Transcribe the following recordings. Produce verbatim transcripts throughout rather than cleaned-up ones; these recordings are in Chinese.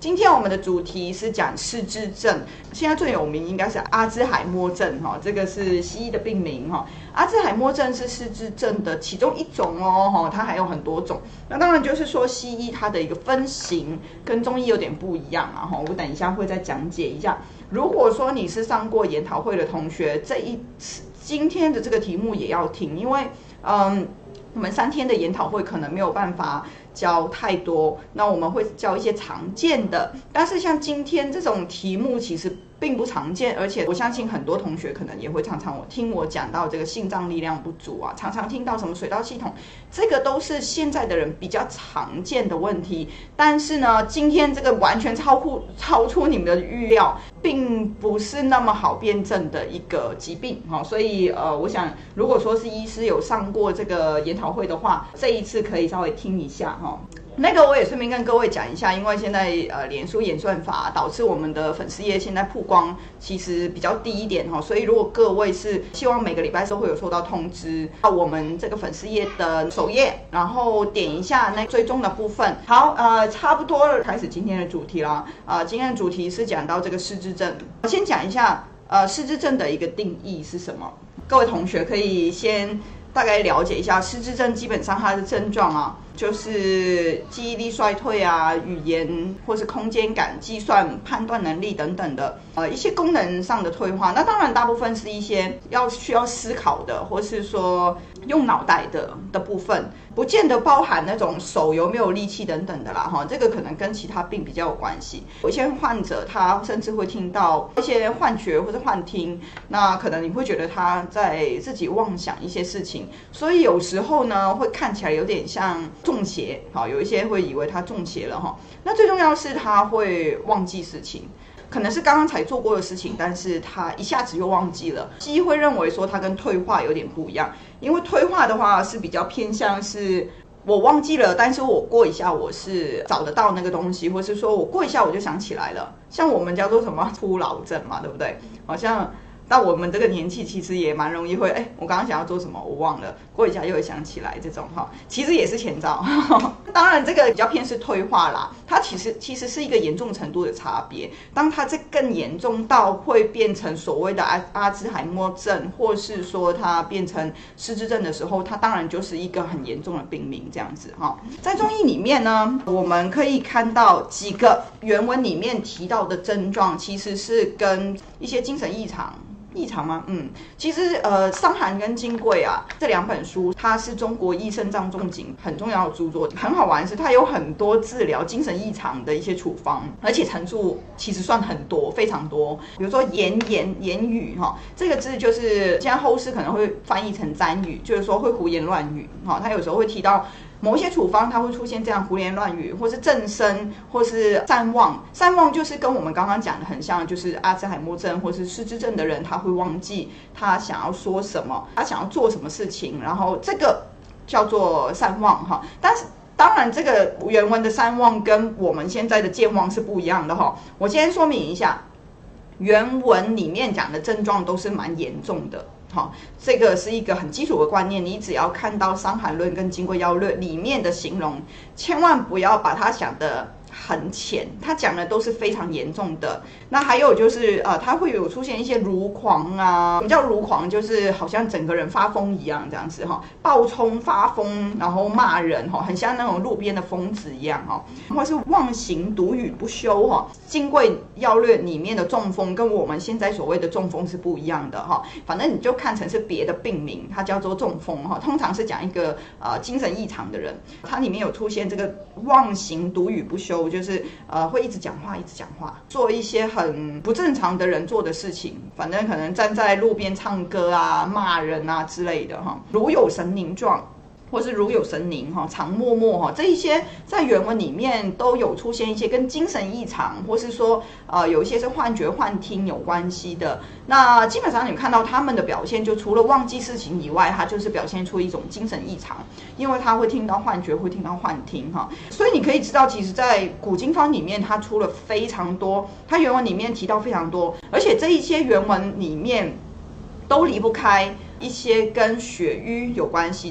今天我们的主题是讲失智症，现在最有名应该是阿兹海默症哈，这个是西医的病名哈。阿兹海默症是失智症的其中一种哦哈，它还有很多种。那当然就是说西医它的一个分型跟中医有点不一样啊哈，我等一下会再讲解一下。如果说你是上过研讨会的同学，这一次今天的这个题目也要听，因为嗯。我们三天的研讨会可能没有办法教太多，那我们会教一些常见的，但是像今天这种题目其实并不常见，而且我相信很多同学可能也会常常我听我讲到这个心脏力量不足啊，常常听到什么水道系统，这个都是现在的人比较常见的问题。但是呢，今天这个完全超乎超出你们的预料，并不是那么好辩证的一个疾病哈，所以呃，我想如果说是医师有上过这个研讨会的话，这一次可以稍微听一下哈。那个我也顺便跟各位讲一下，因为现在呃脸书演算法导致我们的粉丝页现在曝光其实比较低一点哈，所以如果各位是希望每个礼拜都会有收到通知，到我们这个粉丝页的首页，然后点一下那追踪的部分。好，呃，差不多了，开始今天的主题啦。啊、呃，今天的主题是讲到这个失智症，我先讲一下呃失智症的一个定义是什么，各位同学可以先大概了解一下失智症基本上它的症状啊。就是记忆力衰退啊，语言或是空间感、计算、判断能力等等的，呃，一些功能上的退化。那当然，大部分是一些要需要思考的，或是说用脑袋的的部分，不见得包含那种手有没有力气等等的啦，哈，这个可能跟其他病比较有关系。有一些患者他甚至会听到一些幻觉或者幻听，那可能你会觉得他在自己妄想一些事情，所以有时候呢，会看起来有点像中邪，好，有一些会以为他中邪了哈。那最重要的是他会忘记事情，可能是刚刚才做过的事情，但是他一下子又忘记了。西医会认为说他跟退化有点不一样，因为退化的话是比较偏向是我忘记了，但是我过一下我是找得到那个东西，或是说我过一下我就想起来了。像我们叫做什么初老症嘛，对不对？好像到我们这个年纪，其实也蛮容易会，哎，我刚刚想要做什么，我忘了，过一下又会想起来，这种哈，其实也是前兆。当然，这个比较偏是退化啦，它其实其实是一个严重程度的差别。当它这更严重到会变成所谓的阿阿兹海默症，或是说它变成失智症的时候，它当然就是一个很严重的病名这样子哈。在中医里面呢，我们可以看到几个原文里面提到的症状，其实是跟一些精神异常。异常吗？嗯，其实呃，《伤寒》跟《金匮》啊这两本书，它是中国医肾脏仲景很重要的著作。很好玩的是，它有很多治疗精神异常的一些处方，而且陈述其实算很多，非常多。比如说言言言语哈，这个字就是现在后世可能会翻译成簪语，就是说会胡言乱语哈。它有时候会提到某一些处方，它会出现这样胡言乱语，或是正身，或是善忘。善忘就是跟我们刚刚讲的很像，就是阿兹海默症或是失智症的人，他会忘记他想要说什么，他想要做什么事情，然后这个叫做善忘哈。但是当然，这个原文的善忘跟我们现在的健忘是不一样的哈。我先说明一下，原文里面讲的症状都是蛮严重的。好，这个是一个很基础的观念，你只要看到《伤寒论》跟《金匮要略》里面的形容，千万不要把它想得很浅，它讲的都是非常严重的。那还有就是呃，它会有出现一些如狂啊，什么叫如狂？就是好像整个人发疯一样这样子哈，暴冲发疯，然后骂人哈，很像那种路边的疯子一样哈，或是妄行独语不休哈。《金匮要略》里面的中风跟我们现在所谓的中风是不一样的哈，反正你就看成是别的病名，它叫做中风哈，通常是讲一个呃精神异常的人，它里面有出现这个妄行独语不休。就是呃会一直讲话，一直讲话，做一些很不正常的人做的事情，反正可能站在路边唱歌啊、骂人啊之类的哈，如有神凝状。或是如有神凝哈，常默默哈，这一些在原文里面都有出现一些跟精神异常，或是说呃有一些是幻觉、幻听有关系的。那基本上你看到他们的表现，就除了忘记事情以外，它就是表现出一种精神异常，因为他会听到幻觉，会听到幻听哈。所以你可以知道，其实，在古今方里面，它出了非常多，它原文里面提到非常多，而且这一些原文里面都离不开一些跟血瘀有关系的。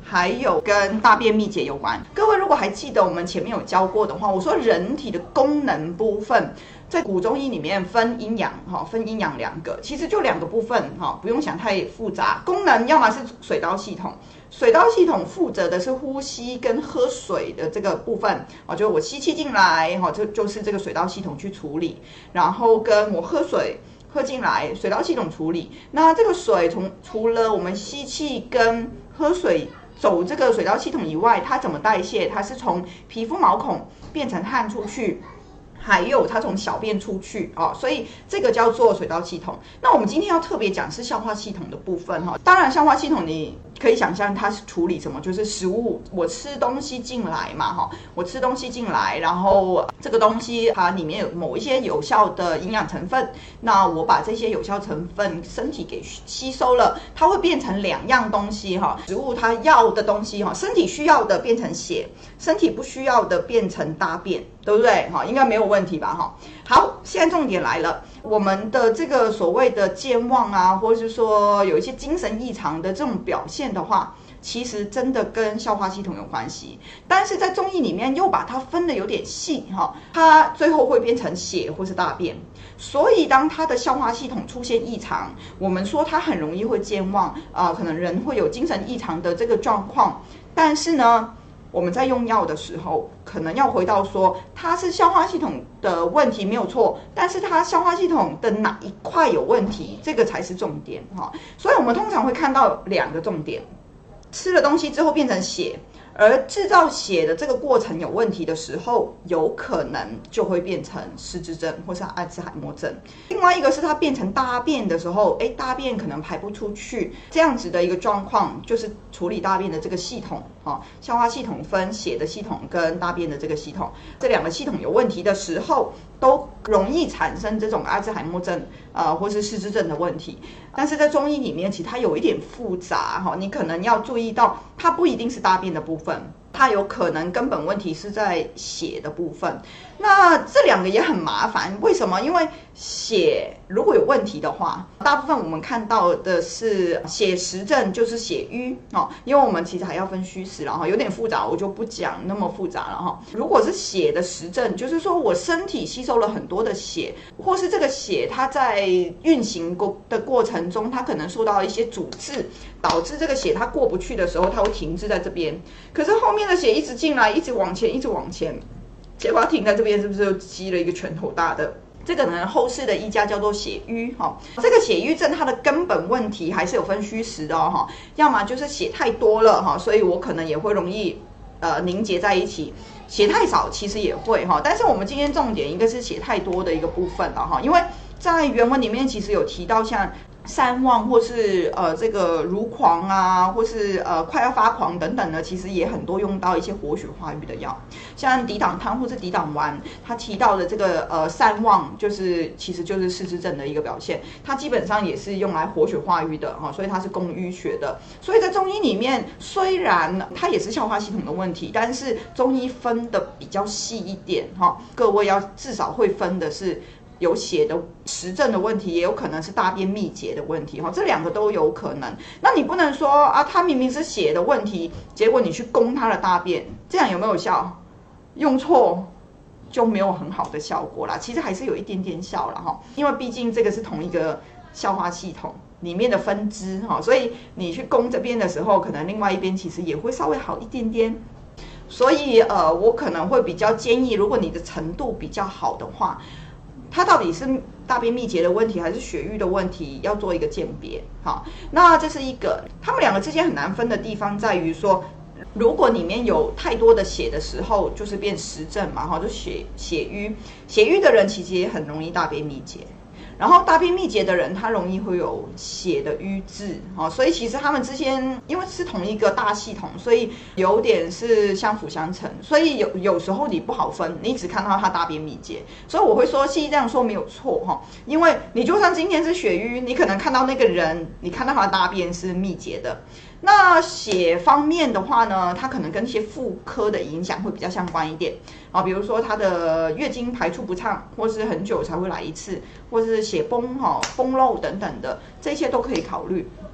还有跟大便秘结有关。各位如果还记得我们前面有教过的话，我说人体的功能部分在古中医里面分阴阳，哈，分阴阳两个，其实就两个部分，哈，不用想太复杂。功能要么是水道系统，水道系统负责的是呼吸跟喝水的这个部分，啊，就是我吸气进来，哈，就就是这个水道系统去处理，然后跟我喝水。喝进来，水道系统处理。那这个水从除了我们吸气跟喝水走这个水道系统以外，它怎么代谢？它是从皮肤毛孔变成汗出去，还有它从小便出去哦，所以这个叫做水道系统。那我们今天要特别讲是消化系统的部分哈。当然，消化系统你可以想象它是处理什么，就是食物，我吃东西进来嘛哈，我吃东西进来，然后这个东西它里面有某一些有效的营养成分，那我把这些有效成分身体给吸收了，它会变成两样东西哈，食物它要的东西哈，身体需要的变成血，身体不需要的变成大便，对不对哈？应该没有问题吧哈？好，现在重点来了，我们的这个所谓的健忘啊，或者是说有一些精神异常的这种表现的话，其实真的跟消化系统有关系，但是在中医里面又把它分得有点细哈，它最后会变成血或是大便，所以当它的消化系统出现异常，我们说它很容易会健忘啊、呃，可能人会有精神异常的这个状况，但是呢，我们在用药的时候，可能要回到说，它是消化系统的问题没有错，但是它消化系统的哪一块有问题，这个才是重点哈。所以我们通常会看到两个重点。吃了东西之后变成血，而制造血的这个过程有问题的时候，有可能就会变成失智症或是阿兹海默症。另外一个是它变成大便的时候，哎，大便可能排不出去，这样子的一个状况，就是处理大便的这个系统，哈，消化系统分血的系统跟大便的这个系统，这两个系统有问题的时候，都容易产生这种阿兹海默症，呃，或是失智症的问题。但是在中医里面，其实它有一点复杂哈，你可能要注意到，它不一定是大便的部分，它有可能根本问题是在血的部分。那这两个也很麻烦，为什么？因为血如果有问题的话，大部分我们看到的是血实症，就是血瘀哦。因为我们其实还要分虚实，然后有点复杂，我就不讲那么复杂了哈。如果是血的实症，就是说我身体吸收了很多的血，或是这个血它在运行过的过程中，它可能受到一些阻滞，导致这个血它过不去的时候，它会停滞在这边。可是后面的血一直进来，一直往前，一直往前。结果它停在这边，是不是就积了一个拳头大的？这个呢，后世的医家叫做血瘀哈。这个血瘀症它的根本问题还是有分虚实的哦哈。要么就是血太多了哈，所以我可能也会容易呃凝结在一起；血太少其实也会哈。但是我们今天重点应该是血太多的一个部分了哈，因为在原文里面其实有提到像膻妄或是呃这个如狂啊，或是呃快要发狂等等呢，其实也很多用到一些活血化瘀的药，像抵挡汤或是抵挡丸，它提到的这个呃膻妄，就是其实就是失智症的一个表现，它基本上也是用来活血化瘀的哈、哦，所以它是攻淤血的。所以在中医里面，虽然它也是消化系统的问题，但是中医分的比较细一点哈、哦，各位要至少会分的是。有血的实症的问题，也有可能是大便秘结的问题哈，这两个都有可能。那你不能说啊，它明明是血的问题，结果你去攻它的大便，这样有没有效？用错就没有很好的效果啦。其实还是有一点点效啦哈，因为毕竟这个是同一个消化系统里面的分支哈，所以你去攻这边的时候，可能另外一边其实也会稍微好一点点。所以呃，我可能会比较建议，如果你的程度比较好的话。它到底是大便秘结的问题还是血瘀的问题，要做一个鉴别。好，那这是一个，他们两个之间很难分的地方在于说，如果里面有太多的血的时候，就是变实症嘛，哈，就血血瘀，血瘀的人其实也很容易大便秘结。然后大便秘结的人，他容易会有血的瘀滞，哦，所以其实他们之间因为是同一个大系统，所以有点是相辅相成，所以有有时候你不好分，你只看到他大便秘结，所以我会说西医这样说没有错哈，因为你就算今天是血瘀，你可能看到那个人，你看到他的大便是秘结的。那血方面的话呢，它可能跟一些妇科的影响会比较相关一点啊，比如说她的月经排出不畅，或是很久才会来一次，或是血崩哈、崩漏等等的，这些都可以考虑。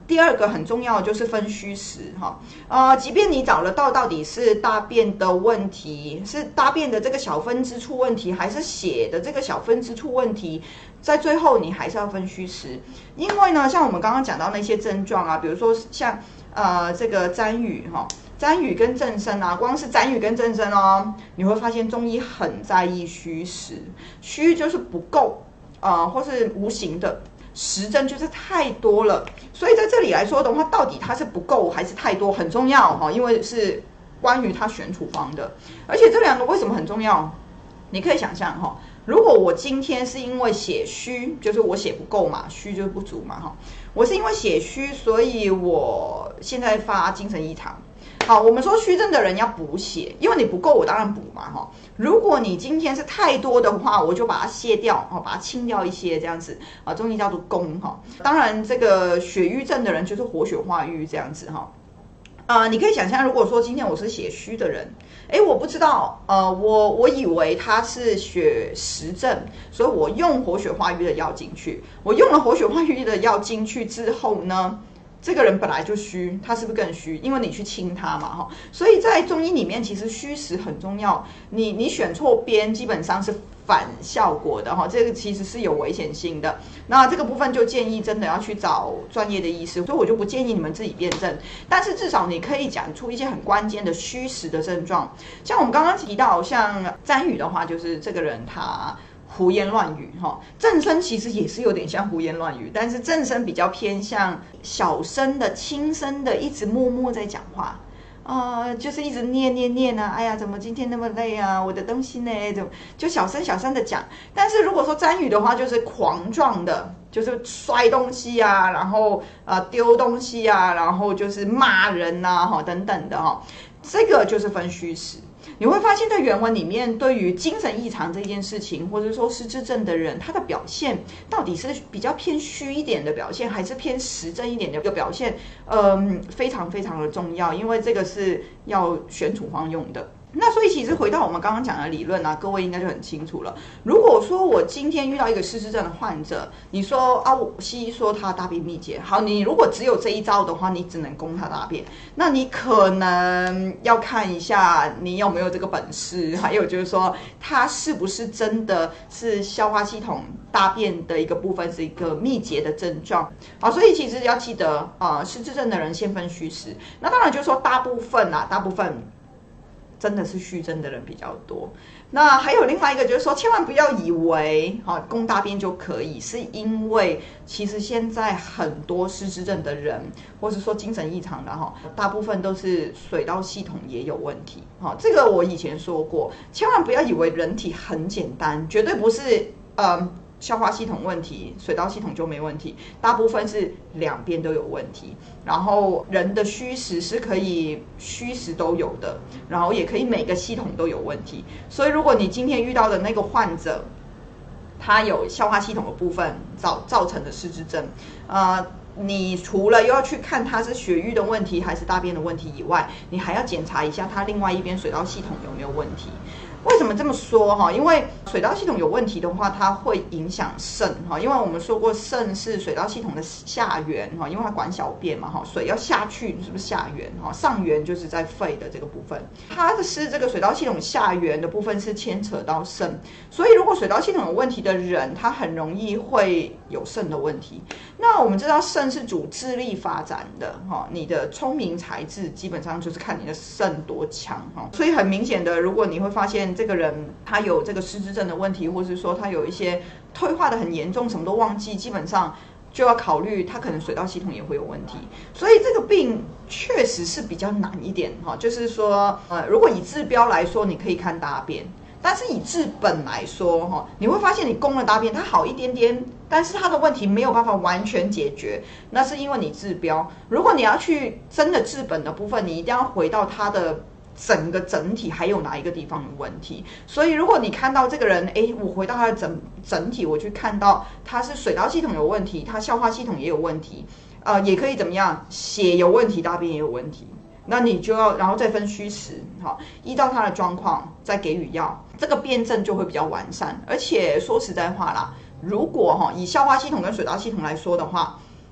第二个很重要的就是分虚实哈，呃，即便你找得到到底是大便的问题，是大便的这个小分支出问题，还是血的这个小分支出问题，在最后你还是要分虚实，因为呢，像我们刚刚讲到那些症状啊，比如说像呃这个沾雨哈。沾雨跟正身啊，光是沾雨跟正身哦，你会发现中医很在意虚实，虚就是不够，呃，或是无形的。实证就是太多了，所以在这里来说的话，到底它是不够还是太多，很重要哈，因为是关于他选处方的，而且这两个为什么很重要？你可以想象哈，如果我今天是因为血虚，就是我血不够嘛，虚就是不足嘛哈，我是因为血虚，所以我现在发精神异常。好，我们说虚症的人要补血，因为你不够，我当然补嘛哈。如果你今天是太多的话，我就把它卸掉，哦，把它清掉一些这样子啊，中医叫做攻哈。当然，这个血瘀症的人就是活血化瘀这样子哈。呃，你可以想象，如果说今天我是血虚的人，哎，我不知道，呃，我我以为他是血实症，所以我用活血化瘀的药进去，我用了活血化瘀的药进去之后呢？这个人本来就虚，他是不是更虚？因为你去清他嘛，哈，所以在中医里面，其实虚实很重要。你你选错边，基本上是反效果的，哈，这个其实是有危险性的。那这个部分就建议真的要去找专业的医师，所以我就不建议你们自己辩证。但是至少你可以讲出一些很关键的虚实的症状，像我们刚刚提到，像沾雨的话，就是这个人他。胡言乱语哈，正身其实也是有点像胡言乱语，但是正身比较偏向小声的、轻声的，一直默默在讲话，呃，就是一直念念念啊，哎呀，怎么今天那么累啊？我的东西呢？怎么就小声小声的讲？但是如果说沾雨的话，就是狂撞的，就是摔东西啊，然后呃丢东西啊，然后就是骂人呐，哈等等的哈，这个就是分虚实。你会发现在原文里面，对于精神异常这件事情，或者说失智症的人，他的表现到底是比较偏虚一点的表现，还是偏实症一点的一个表现？嗯，非常非常的重要，因为这个是要选处方用的。那所以其实回到我们刚刚讲的理论啊，各位应该就很清楚了。如果说我今天遇到一个失智症的患者，你说啊，我西医说他大便秘结，好，你如果只有这一招的话，你只能攻他大便，那你可能要看一下你有没有这个本事，还有就是说他是不是真的是消化系统大便的一个部分是一个秘结的症状。好，所以其实要记得，呃，失智症的人先分虚实。那当然就是说大部分啊，大部分。真的是虚症的人比较多，那还有另外一个就是说，千万不要以为哈攻大便就可以，是因为其实现在很多失智症的人，或是说精神异常的哈，大部分都是水道系统也有问题。哈，这个我以前说过，千万不要以为人体很简单，绝对不是呃。消化系统问题，水道系统就没问题，大部分是两边都有问题。然后人的虚实是可以虚实都有的，然后也可以每个系统都有问题。所以如果你今天遇到的那个患者，他有消化系统的部分造造成的失智症，呃。你除了要去看他是血瘀的问题还是大便的问题以外，你还要检查一下他另外一边水道系统有没有问题。为什么这么说哈？因为水道系统有问题的话，它会影响肾哈。因为我们说过，肾是水道系统的下缘哈，因为它管小便嘛哈，水要下去是不是下缘哈？上缘就是在肺的这个部分，它是这个水道系统下缘的部分是牵扯到肾，所以如果水道系统有问题的人，他很容易会有肾的问题。那我们知道肾是主智力发展的哈，你的聪明才智基本上就是看你的肾多强哈。所以很明显的，如果你会发现这个人他有这个失智症的问题，或是说他有一些退化的很严重，什么都忘记，基本上就要考虑他可能水道系统也会有问题。所以这个病确实是比较难一点哈，就是说呃，如果以治标来说，你可以看大便。但是以治本来说哈，你会发现你攻了大便，它好一点点，但是它的问题没有办法完全解决，那是因为你治标。如果你要去真的治本的部分，你一定要回到它的整个整体还有哪一个地方有问题。所以如果你看到这个人，哎，我回到他的整整体，我去看到他是水道系统有问题，他消化系统也有问题，呃，也可以怎么样，血有问题，大便也有问题。那你就要，然后再分虚实，好，依照他的状况再给予药，这个辩证就会比较完善。而且说实在话啦，如果哈以消化系统跟水道系统来说的话，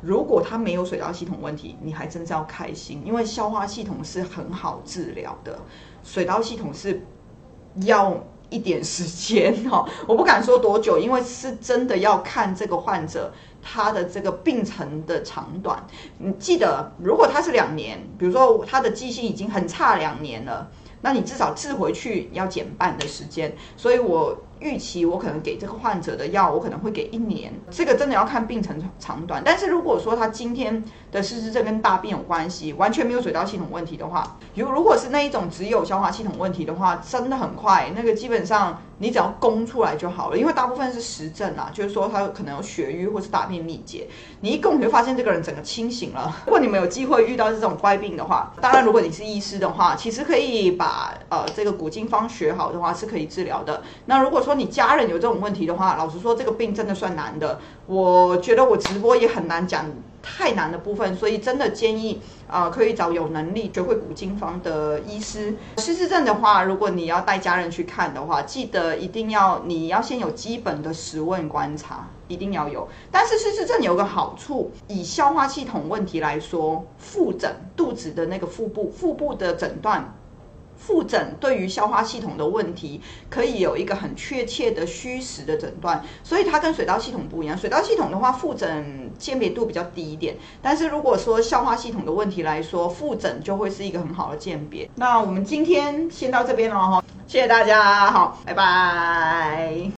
如果他没有水道系统问题，你还真是要开心，因为消化系统是很好治疗的，水道系统是要一点时间哦，我不敢说多久，因为是真的要看这个患者他的这个病程的长短。你记得，如果他是两年，比如说他的记性已经很差两年了，那你至少治回去要减半的时间。所以我预期我可能给这个患者的药，我可能会给一年，这个真的要看病程长短。但是如果说他今天的失智症跟大便有关系，完全没有水道系统问题的话，如如果是那一种只有消化系统问题的话，真的很快，那个基本上你只要供出来就好了，因为大部分是实症啊，就是说他可能有血瘀或是大便秘结，你一供你会发现这个人整个清醒了。如果你们有机会遇到这种怪病的话，当然如果你是医师的话，其实可以把呃这个古今方学好的话是可以治疗的。那如果说你家人有这种问题的话，老实说这个病真的算难的，我觉得我直播也很难讲太难的部分，所以真的建议呃可以找有能力学会古今方的医师。失智症的话，如果你要带家人去看的话，记得一定要你要先有基本的十问观察，一定要有。但是失智症有个好处，以消化系统问题来说，腹诊肚子的那个腹部腹部的诊断。腹诊对于消化系统的问题可以有一个很确切的虚实的诊断，所以它跟水道系统不一样。水道系统的话，腹诊鉴别度比较低一点，但是如果说消化系统的问题来说，腹诊就会是一个很好的鉴别。那我们今天先到这边了哈，谢谢大家，好，拜拜。